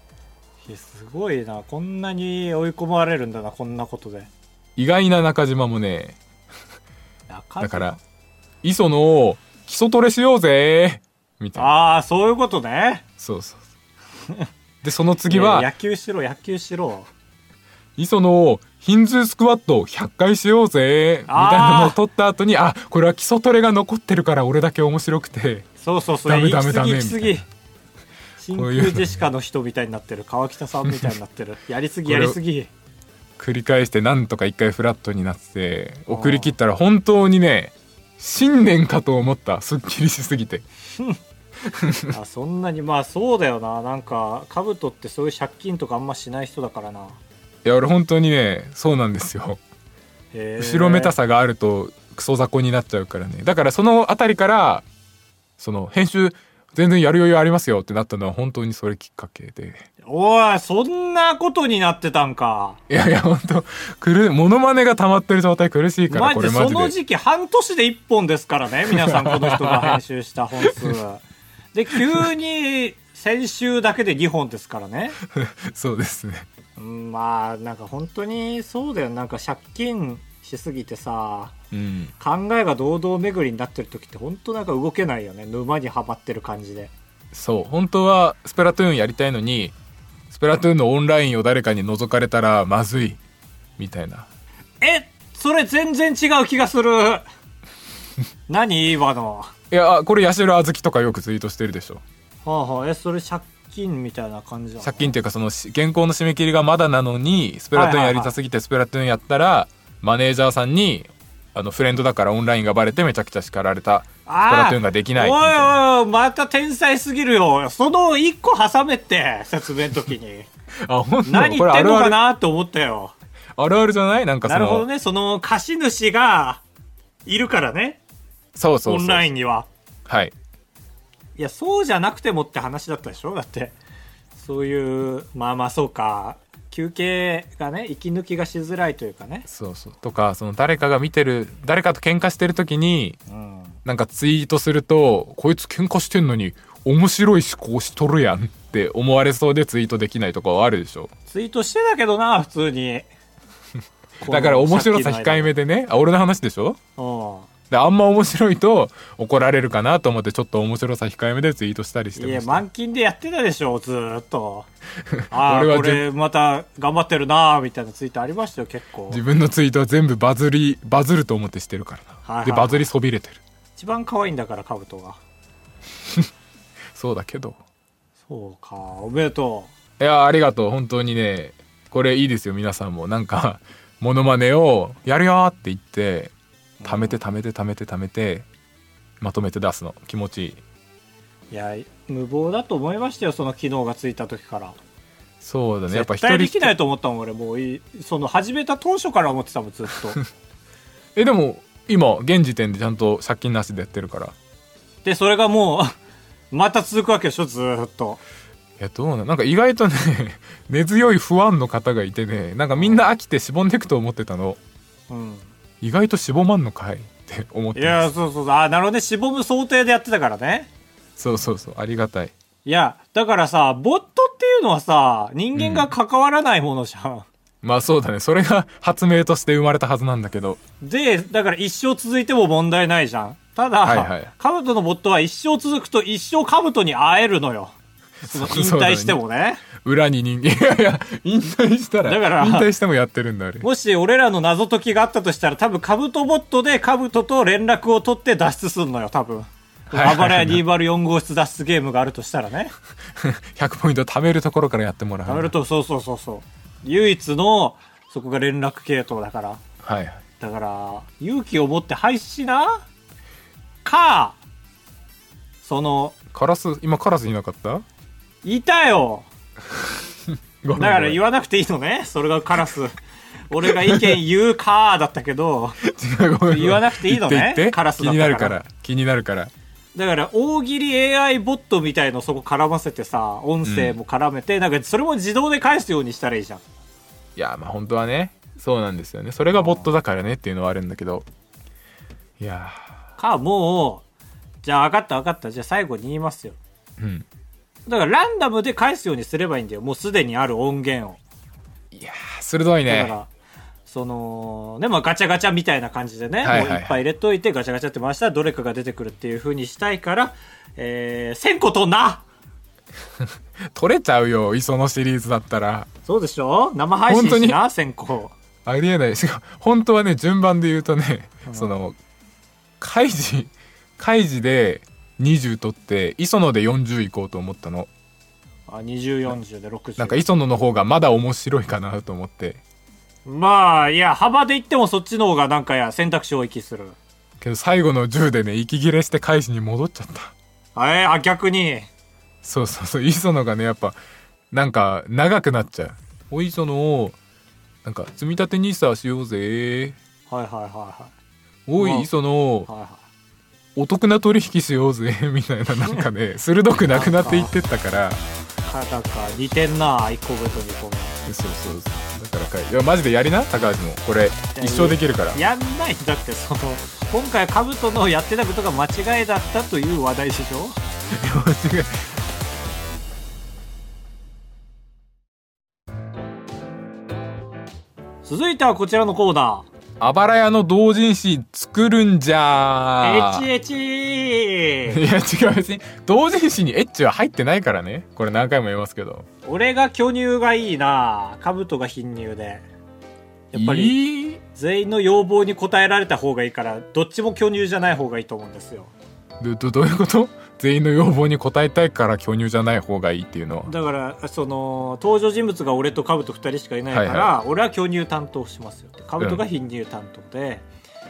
いやすごいな、こんなに追い込まれるんだな、こんなことで。 意外な中島もねだから磯野基礎トレしようぜみたいな。 ああそういうことね。 そうそうそうでその次は野球しろ野球しろ磯野ヒンズースクワットひゃっかいしようぜみたいなのを取った後に、あこれは基礎トレが残ってるから俺だけ面白くて、 そうそうそう、 ダメダメダメみたいな。真空ジェシカの人みたいになってる、川北さんみたいになってるやりすぎやりすぎ繰り返してなんとか一回フラットになって送り切ったら、本当にね新年かと思った。すっきりしすぎてあそんなに。まあそうだよな、なんかカブトってそういう借金とかあんましない人だからな。 いや俺本当にねそうなんですよ。後ろめたさがあるとクソ雑魚になっちゃうからね。だからそのあたりからその編集全然やる余裕ありますよってなったのは本当にそれきっかけで。 おいそんなことになってたんか。 いやいや本当くるモノマネが溜まってる状態苦しいから、これマジでその時期半年でいっぽんですからね皆さん。この人が編集した本数で急に先週だけでにほんですからねそうですね。 まあなんか本当にそうだよ。なんか借金しすぎてさ、 うん、 考えが堂々巡りになってる時って本当なんか動けないよね。沼にはまってる感じで。 そう本当はスプラトゥーンやりたいのにスプラトゥーンのオンラインを誰かに覗かれたらまずいみたいな。 えそれ全然違う気がする何今の。 いやこれ八代あずきとかよくツイートしてるでしょ。 はあはあ、えそれ借金みたいな感じだ。 借金っていうかその原稿の締め切りがまだなのにスプラトゥーンやりたすぎてスプラトゥーンやったらマネージャーさんにあのフレンドだからオンラインがバレてめちゃくちゃ叱られたスプラトゥーンができないみたいな。おいおいまた天才すぎるよ。その一個挟めって説明の時にあ本当何言ってんのかなって思ったよ。 あるあるじゃない？なんかそのなるほどね。その貸主がいるからね。 そうそうそう。 オンラインには。 はい。 いやそうじゃなくてもって話だったでしょ。だってそういうまあまあそうか。休憩がね息抜きがしづらいというかね。 そうそう。とかその誰かが見てる誰かと喧嘩してる時に、うん、なんかツイートするとこいつ喧嘩してんのに面白い思考しとるやんって思われそうでツイートできないとかはあるでしょ。 ツイートしてたけどな普通に。 だから面白さ控えめでね。あ俺の話でしょ。うん。であんま面白いと怒られるかなと思ってちょっと面白さ控えめでツイートしたりしてました。 いや満勤でやってたでしょずーっと。ああこれまた頑張ってるなみたいなツイートありましたよ結構。 自分のツイートは全部バズりバズると思ってしてるからな、はいはいはい、でバズりそびれてる。 一番可愛いんだからカブトが。 そうだけど。 そうかおめでとう。いやありがとう本当にね。これいいですよ皆さんもなんかモノマネをやるよって言って貯めて貯めて貯めて貯めてまとめて出すの気持ちいい。 いや無謀だと思いましたよその機能がついた時から。 そうだねやっぱ一人絶対できないと思ったもん俺。もういその始めた当初から思ってたもんずっと。 えでも今現時点でちゃんと借金なしでやってるから。 でそれがもうまた続くわけでしょずっと。 いやどうななんか意外とね根強い不安の方がいてねなんかみんな飽きてしぼんでいくと思ってたの。うん意外としぼまんのかいって思ってます。 いやそうそうそうあなるほどねしぼむ想定でやってたからね。 そうそうそうありがたい。 いやだからさボットっていうのはさ人間が関わらないものじゃん、うん、 まあそうだねそれが発明として生まれたはずなんだけど。 でだから一生続いても問題ないじゃん。ただ、はいはい、カブトのボットは一生続くと一生カブトに会えるのよ。その引退してもね裏に人間いやいや引退したらだから引退してもやってるんだあれ。 もし俺らの謎解きがあったとしたら多分カブトボットでカブトと連絡を取って脱出すんのよ多分。あばらやにひゃくよん号室脱出ゲームがあるとしたらねひゃくポイント貯めるところからやってもらう。 貯めるとそうそうそうそう唯一のそこが連絡系統だから、 はい、 だから勇気を持って廃止しなかそのカラス今カラスいなかった？ いたよだから言わなくていいのねそれがカラス俺が意見言うかだったけど言わなくていいのね言って言ってカラスだったから気になるから気になるからだから大喜利 エーアイ ボットみたいのそこ絡ませてさ音声も絡めて、うん、なんかそれも自動で返すようにしたらいいじゃん。 いやまあ本当はねそうなんですよねそれがボットだからねっていうのはあるんだけどいやかもうじゃあ分かった分かったじゃあ最後に言いますよ。うんだからランダムで返すようにすればいいんだよもうすでにある音源を。 いやー鋭いね。 だからそのねまあガチャガチャみたいな感じでね、はいはいはい、もういっぱい入れといてガチャガチャって回したらどれかが出てくるっていう風にしたいから、えー、せんこ取んな取れちゃうよ磯のシリーズだったら。 そうでしょ生配信しなせんこありえないし本当はね順番で言うとね、うん、その開示開示でにじゅう取って磯野でよんじゅういこうと思ったの。 あにじゅうよんじゅうでろくじゅうなんか磯野の方がまだ面白いかなと思って。 まあいや幅で言ってもそっちの方がなんかや選択肢多い気するけど最後のじゅうでね息切れして開始に戻っちゃった。 えー、あ逆にそうそうそう磯野がねやっぱなんか長くなっちゃう。お磯野をなんか積み立てニーサしようぜはいはいはいはいおい磯野、はいはいお得な取引しようぜみたいななんかね鋭くなくなっていってったからなんか似てんないっこごとにこうそうそうそうだからかいやマジでやりな高橋もこれ一生できるから。 やんないんだってその今回カブトのやってたことが間違いだったという話題でしょ。間違い続いてはこちらのコーナーあばら屋の同人誌作るんじゃーエッチエッチいや違う別に同人誌にエッチは入ってないからねこれ何回も言いますけど。 俺が巨乳がいいなカブトが貧乳でやっぱり全員の要望に応えられた方がいいからどっちも巨乳じゃない方がいいと思うんですよ。 ど, ど, どういうこと全員の要望に応えたいから巨乳じゃない方がいいっていうのはだからその登場人物が俺とカブトふたりしかいないから、はいはい、俺は巨乳担当しますよカブトが貧乳担当で、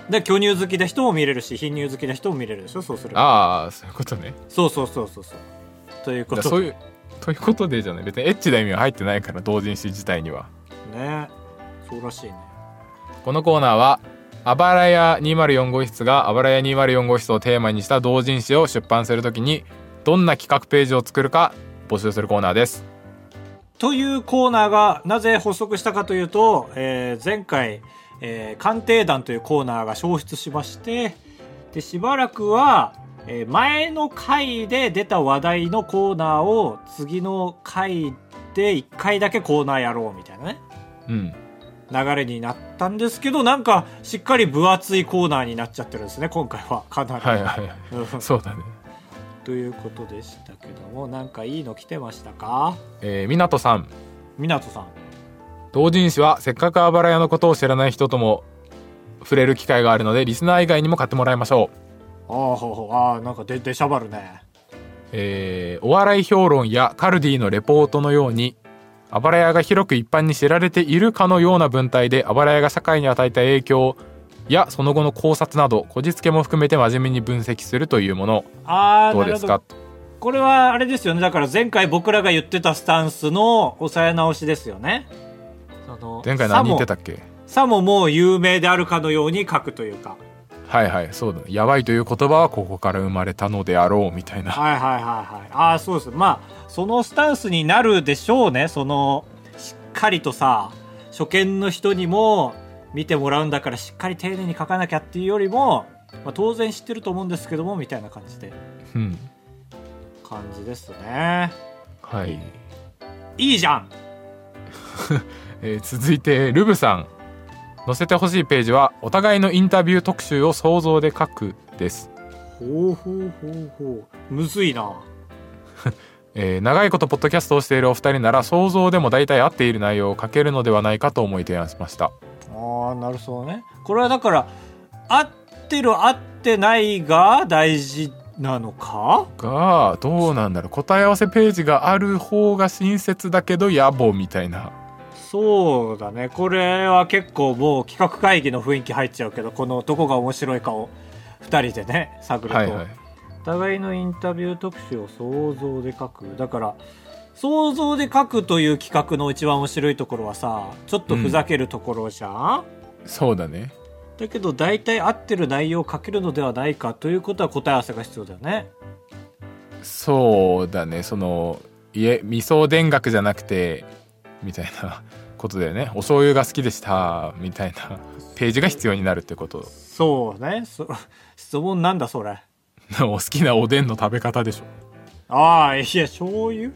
で巨乳好きな人も見れるし貧乳好きな人も見れるでしょ。そうするああそういうことね。 そうそうそうそうそうということそういうということでじゃない、別にエッチな意味は入ってないから、同人誌自体にはね。そうらしいね。 このコーナーはあばらやにまるよん号室があばらやにまるよん号室をテーマにした同人誌を出版するときにどんな企画ページを作るか募集するコーナーです。 というコーナーがなぜ発足したかというと、えー、前回、えー、鑑定団というコーナーが消失しまして、でしばらくは、えー、前の回で出た話題のコーナーを次の回でいっかいだけコーナーやろうみたいなね、 うん、 流れになったんですけど、なんかしっかり分厚いコーナーになっちゃってるんですね今回は。かなり、 はいはいはいそうだねということでしたけども、なんかいいの来てましたか？ えー、みなとさん。 みなとさん、 同人誌はせっかくあばら屋のことを知らない人とも触れる機会があるのでリスナー以外にも買ってもらいましょう。ああほうほう、ああなんかででしゃばるね。 えー、お笑い評論やカルディのレポートのようにあばら屋が広く一般に知られているかのような文体であばら屋が社会に与えた影響やその後の考察などこじつけも含めて真面目に分析するというもの。 あーどうですか？ これはあれですよね。だから前回僕らが言ってたスタンスの抑え直しですよね。その前回何言ってたっけ？ さももう有名であるかのように書くというか、 はいはいそうだ、やばいという言葉はここから生まれたのであろうみたいな。 はいはいはいはい。ああそうです。まあそのスタンスになるでしょうね。そのしっかりとさ、初見の人にも見てもらうんだからしっかり丁寧に書かなきゃっていうよりも、まあ、当然知ってると思うんですけどもみたいな感じで、 うん、 感じですね。 はい、 いいじゃん、 えー、続いてルブさん。載せてほしいページはお互いのインタビュー特集を想像で書くです。 ほうほうほうほう、むずいなえー、長いことポッドキャストをしているお二人なら想像でも大体合っている内容を書けるのではないかと思い提案しました。 ああなるほどね。これはだから合ってる合ってないが大事なのかが、どうなんだろう、答え合わせページがある方が親切だけど野暮みたいな。 そうだね。これは結構もう企画会議の雰囲気入っちゃうけど、このどこが面白いかをふたりでね探ると、はいはい、お互いのインタビュー特集を想像で書く。だから想像で書くという企画の一番面白いところはさ、ちょっとふざけるところじゃん、 うん、そうだね。 だけど大体合ってる内容を書けるのではないかということは答え合わせが必要だよね。 そうだね。そのいえ味噌田楽じゃなくてみたいなことだよね。お醤油が好きでしたみたいなページが必要になるってこと。 そうね。そ質問なんだそれ。 お好きなおでんの食べ方でしょ。 ああいや醤油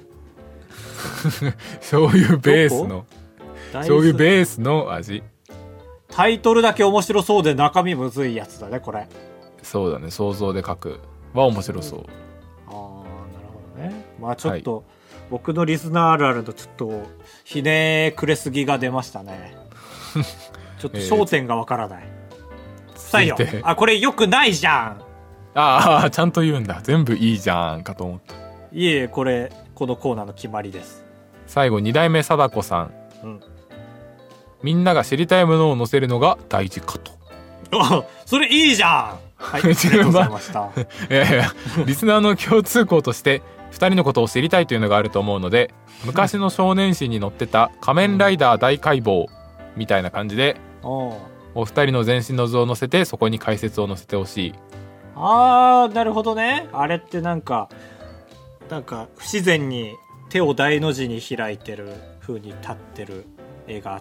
醤油ベースの醤油ベースの味。 タイトルだけ面白そうで中身むずいやつだねこれ。 そうだね。想像で書くは面白そう。 ああなるほどね。まあちょっと、はい、僕のリスナーあるあるとちょっとひねくれすぎが出ましたねちょっと焦点がわからない、えー、さよあこれよくないじゃん。 ああちゃんと言うんだ。全部いいじゃんかと思った。 いえこれこのコーナーの決まりです。 最後に代目貞子さん、うん、みんなが知りたいものを載せるのが大事かと。 あそれいいじゃん。はい、ありがとうございましたいやいやリスナーの共通項としてふたりのことを知りたいというのがあると思うので、昔の少年誌に載ってた仮面ライダー大解剖みたいな感じで、うん、お二人の全身の図を載せてそこに解説を載せてほしい。 あーなるほどね。あれってなんかなんか不自然に手を大の字に開いてる風に立ってる絵があって、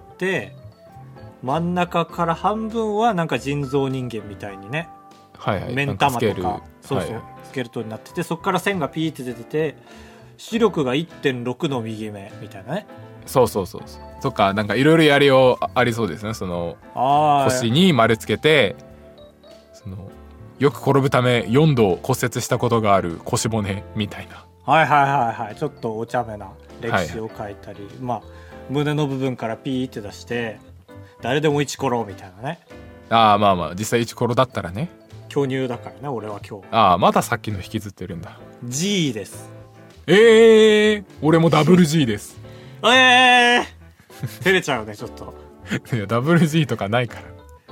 真ん中から半分はなんか人造人間みたいにね、 はいはい、 目ん玉とかそうそう、はいはい、スケルトンになってて、そこから線がピーって出てて視力が いってんろく の右目みたいなね。 そうそうそうそう。そっか、なんかいろいろやりようありそうですね。その腰に丸つけて、そのよく転ぶためよんど骨折したことがある腰骨みたいな。 はいはいはいはい。ちょっとお茶目な歴史を書いたり、はい、まあ胸の部分からピーって出して誰でもイチコロみたいなね。 ああまあまあ実際イチコロだったらね。 巨乳だからね俺は今日。 ああまださっきの引きずってるんだ。 G です。 ええー、俺もダブル G ですええー、照れちゃうねちょっといやダブル G とかないから。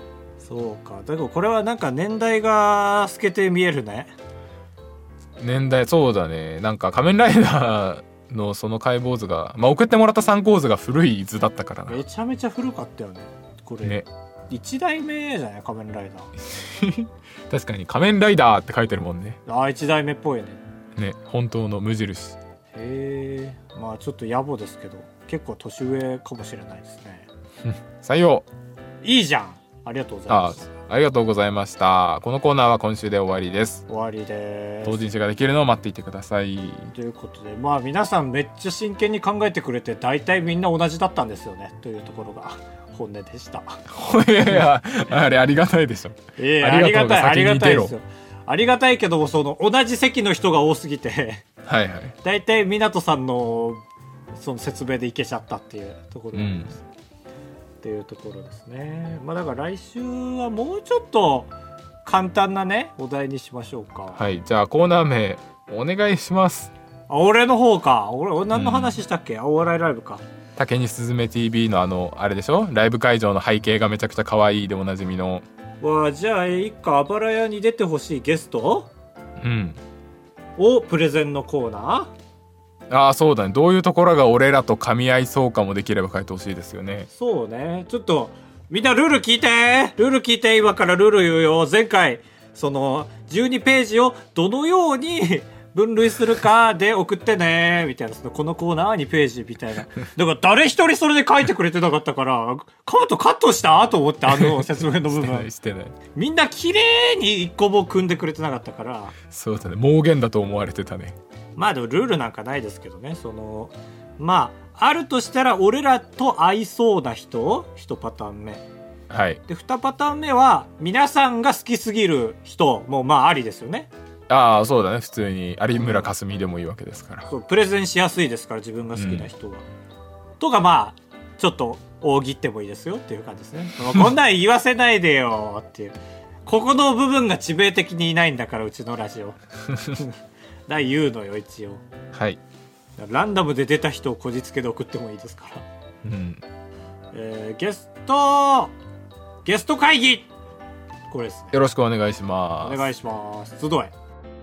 そうか。だからこれはなんか年代が透けて見えるね。 年代、そうだね。なんか仮面ライダーのその解剖図が、まあ、送ってもらった参考図が古い図だったからな。 めちゃめちゃ古かったよねこれね。いち代目じゃない仮面ライダー確かに仮面ライダーって書いてるもんね。 ああいち代目っぽいね。 ね、本当の無印。 へえ。まあちょっと野暮ですけど結構年上かもしれないですね採用。 いいじゃん。ありがとうございます。 あありがとうございました。このコーナーは今週で終わりです。 終わりです。 同人誌ができるのを待っていてください。 ということで、まあ皆さんめっちゃ真剣に考えてくれて大体みんな同じだったんですよねというところが本音でした。 いやいや、あれありがたいでしょ。 いやありがたいありがたいですよ。ありがたいけどもその同じ席の人が多すぎてはいはい。 大体湊さんのその説明でいけちゃったっていうところなんです、うん、っていうところですね。まあだから来週はもうちょっと簡単なねお題にしましょうか。 はい、じゃあコーナー名お願いします。 あ、俺の方か。俺俺何の話したっけ、うん、お笑いライブか。 竹にすずめ ティーブイ のあのあれでしょ、ライブ会場の背景がめちゃくちゃ可愛いでおなじみの。 わ、じゃあ一家あばら屋に出てほしいゲスト、 うん、 をプレゼンのコーナー。ああそうだね。どういうところが俺らと噛み合いそうかもできれば書いてほしいですよね。 そうね。ちょっとみんなルール聞いてルール聞いて今からルール言うよ。前回そのじゅうにページをどのように分類するかで送ってねみたいな、そのこのコーナーはにページみたいな。だから誰一人それで書いてくれてなかったからカウントカットしたと思って、あの説明の部分してないしてない。みんな綺麗に一個も組んでくれてなかったから。 そうだね、妄言だと思われてたね。 まあでもルールなんかないですけどね。そのまああるとしたら俺らと合いそうな人いちパターン目、 はい、 でにパターン目は皆さんが好きすぎる人もまあありですよね。 ああそうだね。普通に有村架純でもいいわけですから。 そうプレゼンしやすいですから自分が好きな人が、うん、とかまあちょっと大喜ってもいいですよっていう感じですねこんなん言わせないでよっていう。ここの部分が致命的にいないんだからうちのラジオだ言うのよ一応。 はい、 ランダムで出た人をこじつけで送ってもいいですから、 うんえー、ゲストゲスト会議これですね。 よろしくお願いします。 お願いします。集え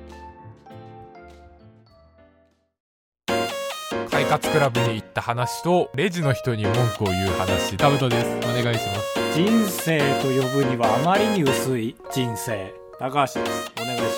快活クラブに行った話とレジの人に文句を言う話。タブトです。お願いします。 人生と呼ぶにはあまりに薄い人生、高橋です。お願いします。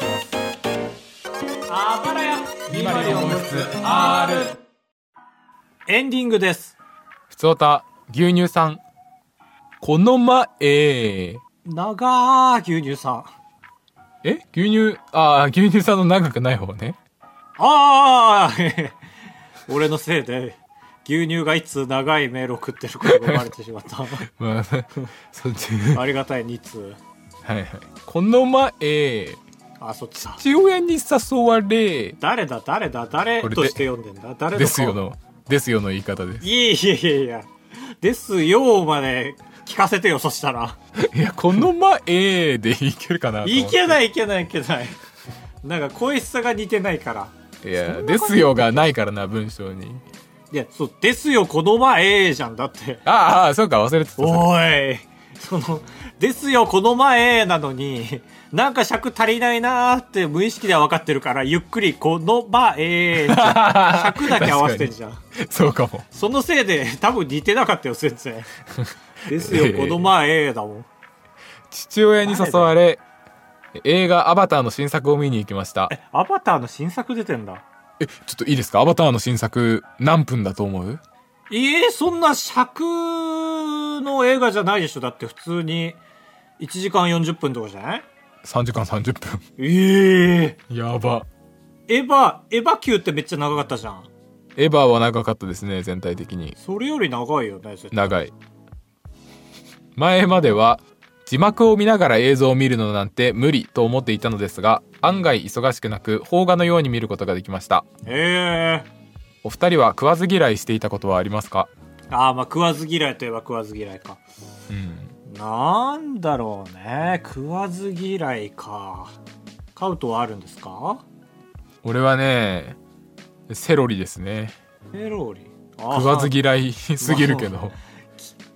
あばらやにまるよん室 R。 エンディングです。 ふつおた牛乳さん、この前長ー牛乳さん。 え牛乳あー牛乳さんの長くない方ね。 ああ俺のせいで牛乳がいつ長いメールを送ってることがバレてしまったまあそっちありがたいに通。 はいはい。この前あそっち父親に誘われ。 誰だ誰だ誰として読んでんだ。誰ですよのですよの言い方です。 いやいやいやいやですよまで聞かせてよ。そしたらいやこの前でいけるかなと思って。 いけないいけないいけないなんか声質が似てないから。 いやですよがないからな文章に。 いやそうですよこの前じゃんだって。 ああそうか忘れてた。 おいそのですよこの前なのになんか尺足りないなーって無意識では分かってるからゆっくりこの前尺だけ合わせてんじゃんそうかも。 そのせいで多分似てなかったよ先生ですよこの前だもん。 父親に誘われ映画アバターの新作を見に行きました。 えアバターの新作出てんだ。 えちょっといいですか。アバターの新作何分だと思う？ えー、そんな尺の映画じゃないでしょ。だって普通にいちじかんよんじゅっぷんとかじゃない？ さんじかんさんじゅっぷん。 ええー、やば。 エヴァエヴァ級ってめっちゃ長かったじゃん。 エヴァは長かったですね全体的に。 それより長いよね。 長い。前までは字幕を見ながら映像を見るのなんて無理と思っていたのですが案外忙しくなく邦画のように見ることができました。 へえ。 お二人は食わず嫌いしていたことはありますか？ あーまあ食わず嫌いといえば食わず嫌いか。うんなんだろうね。食わず嫌いか。カウトはあるんですか？ 俺はねセロリですね。 セロリ食わず嫌いすぎるけど、 まあ、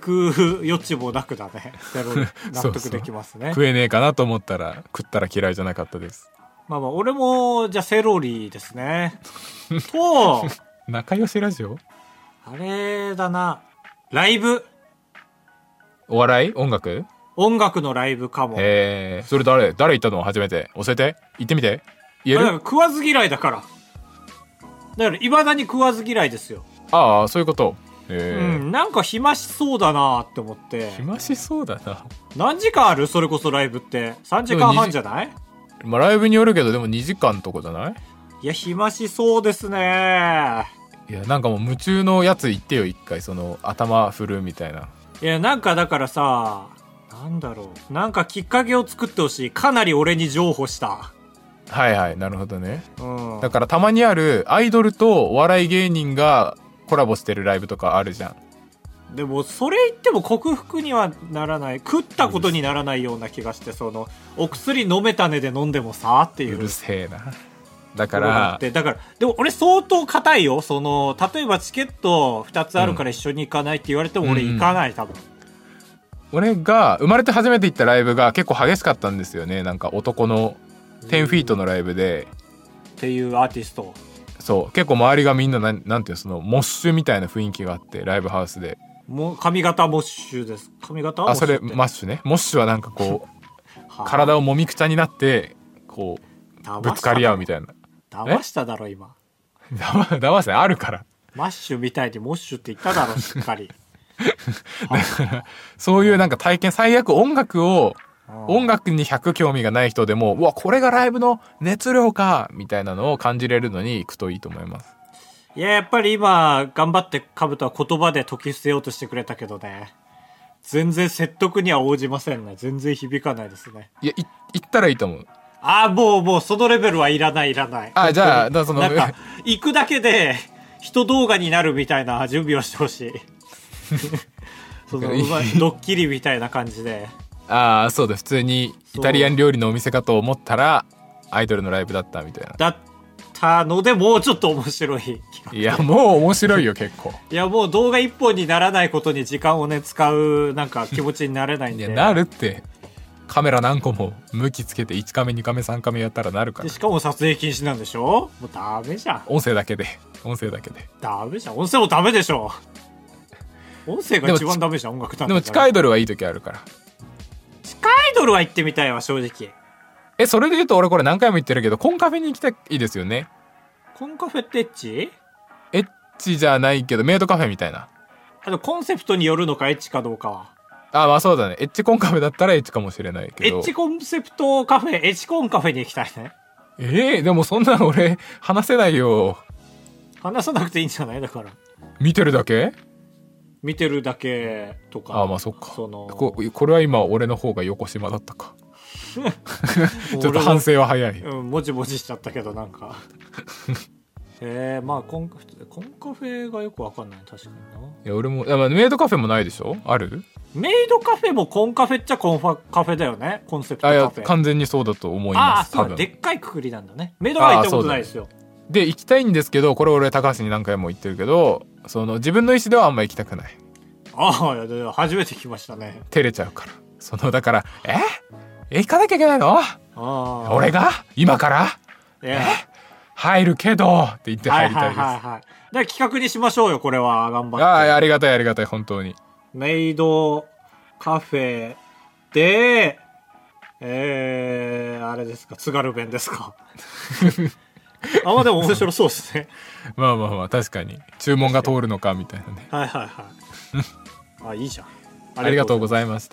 食う余地もなくだね。セロリ納得できますね。 そうそう食えねえかなと思ったら食ったら嫌いじゃなかったです。 まあまあ俺もじゃあセロリですね。と仲良しラジオあれだな、ライブ、 お笑い音楽音楽のライブかも。 へえ。それ誰誰行ったの初めて教えて。行ってみて。言える？ だから食わず嫌いだからだからいまだに食わず嫌いですよ。 ああそういうこと。へえ、 うん、なんか暇しそうだなって思って。 暇しそうだな。 何時間ある？それこそライブってさんじかんはんじゃない？ まあライブによるけどでもにじかんとかじゃない？ いや暇しそうですね。 いやなんかもう夢中のやつ言ってよ一回、その頭振るみたいな。 いやなんかだからさ、なんだろう、なんかきっかけを作ってほしい。かなり俺に譲歩した。 はいはい、なるほどね、 うん、 だからたまにあるアイドルとお笑い芸人がコラボしてるライブとかあるじゃん。 でもそれ言っても克服にはならない、食ったことにならないような気がして、そのお薬飲めたねで飲んでもさっていう。 うるせえな。だからだからでも俺相当硬いよ。その例えばチケットふたつあるから一緒に行かないって言われても俺行かない、うん、多分。 俺が生まれて初めて行ったライブが結構激しかったんですよね。なんか男のじゅうフィートのライブで、 っていうアーティスト。 そう結構周りがみんななん、なんていうの、そのモッシュみたいな雰囲気があって、ライブハウスでもう髪型モッシュです。髪型はあそれマッシュね。モッシュはなんかこう体をもみくちゃになってこうぶつかり合うみたいな。 騙しただろ今。 騙してあるから。 マッシュみたいにモッシュって言っただろしっかり。 だからそういうなんか体験、最悪音楽を音楽にひゃく興味がない人でも、うわこれがライブの熱量かみたいなのを感じれるのに行くといいと思います。 いややっぱり今頑張ってカブトは言葉で解き伏せようとしてくれたけどね、全然説得には応じませんね。全然響かないですね。 いやい行ったらいいと思う。 ああもうもうそのレベルはいらないいらない。 あじゃあだそのなんか行くだけで人動画になるみたいな準備をしてほしい。そのうまいドッキリみたいな感じで。ああそうだ、普通にイタリアン料理のお店かと思ったらアイドルのライブだったみたいな。 だったのでもうちょっと面白い。 いやもう面白いよ結構。 いやもう動画一本にならないことに時間をね使うなんか気持ちになれないんで。 いやなるって、カメラ何個も向きつけていちカメにカメさんカメやったらなるから。 でしかも撮影禁止なんでしょ。もうダメじゃん。 音声だけで音声だけでダメじゃん。音声もダメでしょ。音声が一番ダメじゃん。音楽なんだから。 でも地下アイドルはいい時あるから。 地下アイドルは行ってみたいわ正直。 えそれで言うと俺これ何回も言ってるけどコンカフェに行きたいですよね。 コンカフェってエッチ？ エッチじゃないけどメイドカフェみたいな。 あとコンセプトによるのかエッチかどうかは。 あまあそうだね、エッチコンカフェだったらエッチかもしれないけど。 エッチコンセプトカフェ、エッチコンカフェに行きたいね。 えー、でもそんなの俺話せないよ。 話さなくていいんじゃない。だから見てるだけ見てるだけとか。 あまあそっか。 そのこ, これは今俺の方が横島だったか。ちょっと反省は早い。 うん、もじもじしちゃったけどなんか。えー、まあコンカフェ、コンカフェがよくわかんない。確かにな。いや俺もいや、まあ、メイドカフェもないでしょ。ある？ メイドカフェもコンカフェっちゃコンファカフェだよね。コンセプトカフェ。 あいや完全にそうだと思います。 ああそうだ、でっかいくくりなんだね。メイドは行ったことないですよ。 で行きたいんですけど、これ俺高橋に何回も言ってるけど、その自分の意思ではあんま行きたくない。 ああいや初めて来ましたね。 照れちゃうから。そのだからええ行かなきゃいけないの？あ俺が今からえ入るけどって言って入りたいです。はいはいはいはい。 で企画にしましょうよこれは。頑張って。 ああありがたいありがたい本当に。 メイドカフェでえー、あれですか、津軽弁ですか。あまあでも面白そうですね。 まあまあまあ確かに注文が通るのかみたいなね。 はいはいはい。あいいじゃん。 ありがとうございました。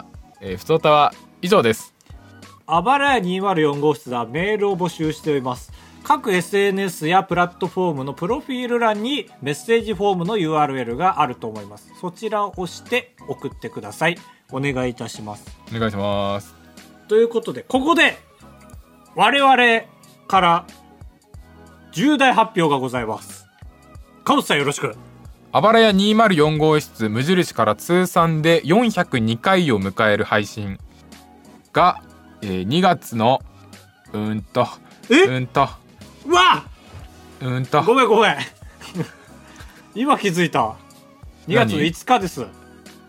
えー、ふつおたは以上です。 あばらやにまるよん号室ではメールを募集しております。各 エスエヌエス やプラットフォームのプロフィール欄にメッセージフォームの ユーアールエル があると思います。そちらを押して送ってください。お願いいたします。 お願いします。 ということでここで我々から重大発表がございます。カウスさんよろしく。 あばらやにまるよん号室無印から通算でよんひゃくにかいを迎える配信が、えー、にがつのうーんとえうんとうわうーんとごめんごめん今気づいた。にがつのいつかです。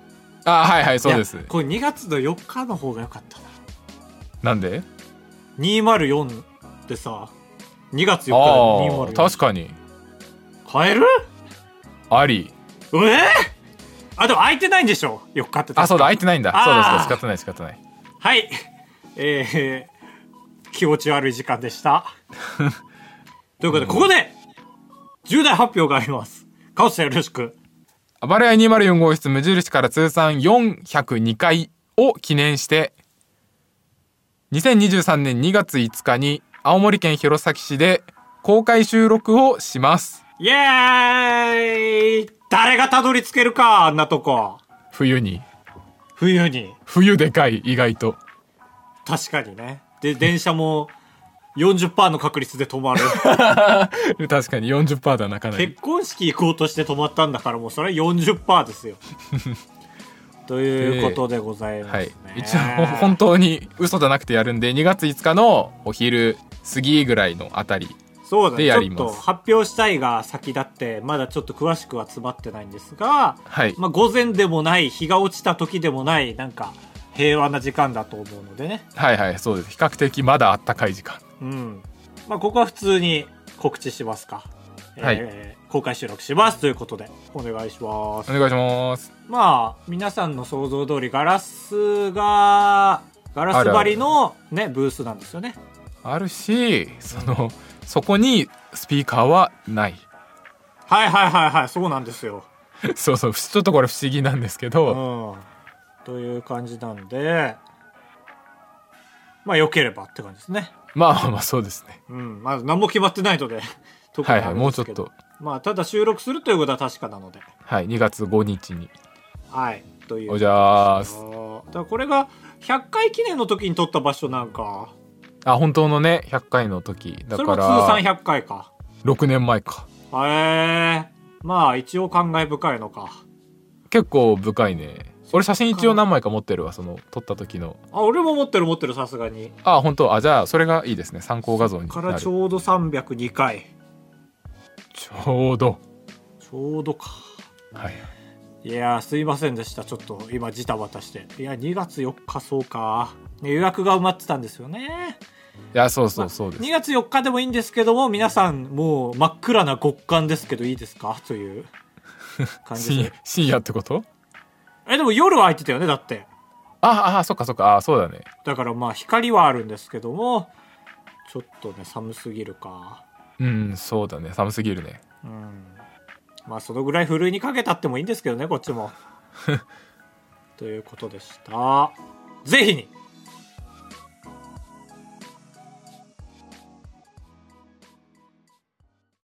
あはいはいそうです。 これにがつのよっかの方が良かったな。 なんでにひゃくよんってさにがつよっかでにひゃくよん確かに変えるあり。 えー、あでも空いてないんでしょよっかって。 あそうだ空いてないんだ。そうだそうだ仕方ない仕方ない。 はいえー、気持ち悪い時間でしたということで、うん、ここで重大発表があります。カオスさんよろしく。 暴れ屋にひゃくよん号室無印から通算よんひゃくにかいを記念してにせんにじゅうさんねんにがついつかに青森県弘前市で公開収録をします。 イエーイ。誰がたどり着けるかあんなとこ。 冬に冬に冬でかい意外と。 確かにね。で電車もよんじゅっパーセント の確率で止まる確かに よんじゅっパーセント だなかなり。 結婚式行こうとして止まったんだからもうそれは よんじゅっパーセント ですよということでございますね、 えーはい、一応本当に嘘じゃなくてやるんでにがついつかのお昼過ぎぐらいのあたりでやります。 そうだね、ちょっと発表したいが先立ってまだちょっと詳しくは詰まってないんですが、 はいまあ、午前でもない日が落ちた時でもないなんか平和な時間だと思うのでね。 はいはいそうです。比較的まだあったかい時間。 うんまあ、ここは普通に告知しますか、 はい、 えー、公開収録しますということでお願いします。 お願いします。 まあ皆さんの想像通りガラスがガラス張りのねブースなんですよね。 あるしそのそこにスピーカーはない。 はいはいはいはいそうなんですよそうそうちょっとこれ不思議なんですけど、 うん、という感じなんでまあ良ければって感じですね。 まあまあそうですね。 うんまず何も決まってないので特にはいはいもうちょっとまあただ収録するということは確かなのではいにがつごにちにはいというおじゃーす。 だからこれがひゃっかい記念の時に撮った場所なんか。 あ本当のねひゃっかいの時だからそれも通算ひゃっかいかろくねんまえか。 へえまあ一応感慨深いのか。 結構深いね。俺写真一応何枚か持ってるわその撮った時の。 あ俺も持ってる持ってるさすがに。 あ本当。あじゃあそれがいいですね参考画像になる。 からちょうどさんびゃくにかいちょうどちょうどか。 はいいやすいませんでしたちょっと今ジタバタして。いやにがつよっかそうか予約が埋まってたんですよね。 いやそうそうそうです、 まあ、にがつよっかでもいいんですけども皆さんもう真っ暗な極寒ですけどいいですかという感じで深夜ってこと？ えでも夜は空いてたよねだって。 ああそっかそっかあそうだね。 だからまあ光はあるんですけどもちょっとね寒すぎるか。 うんそうだね寒すぎるね。 うんまあそのぐらいふるいにかけたってもいいんですけどねこっちもということでした。ぜひに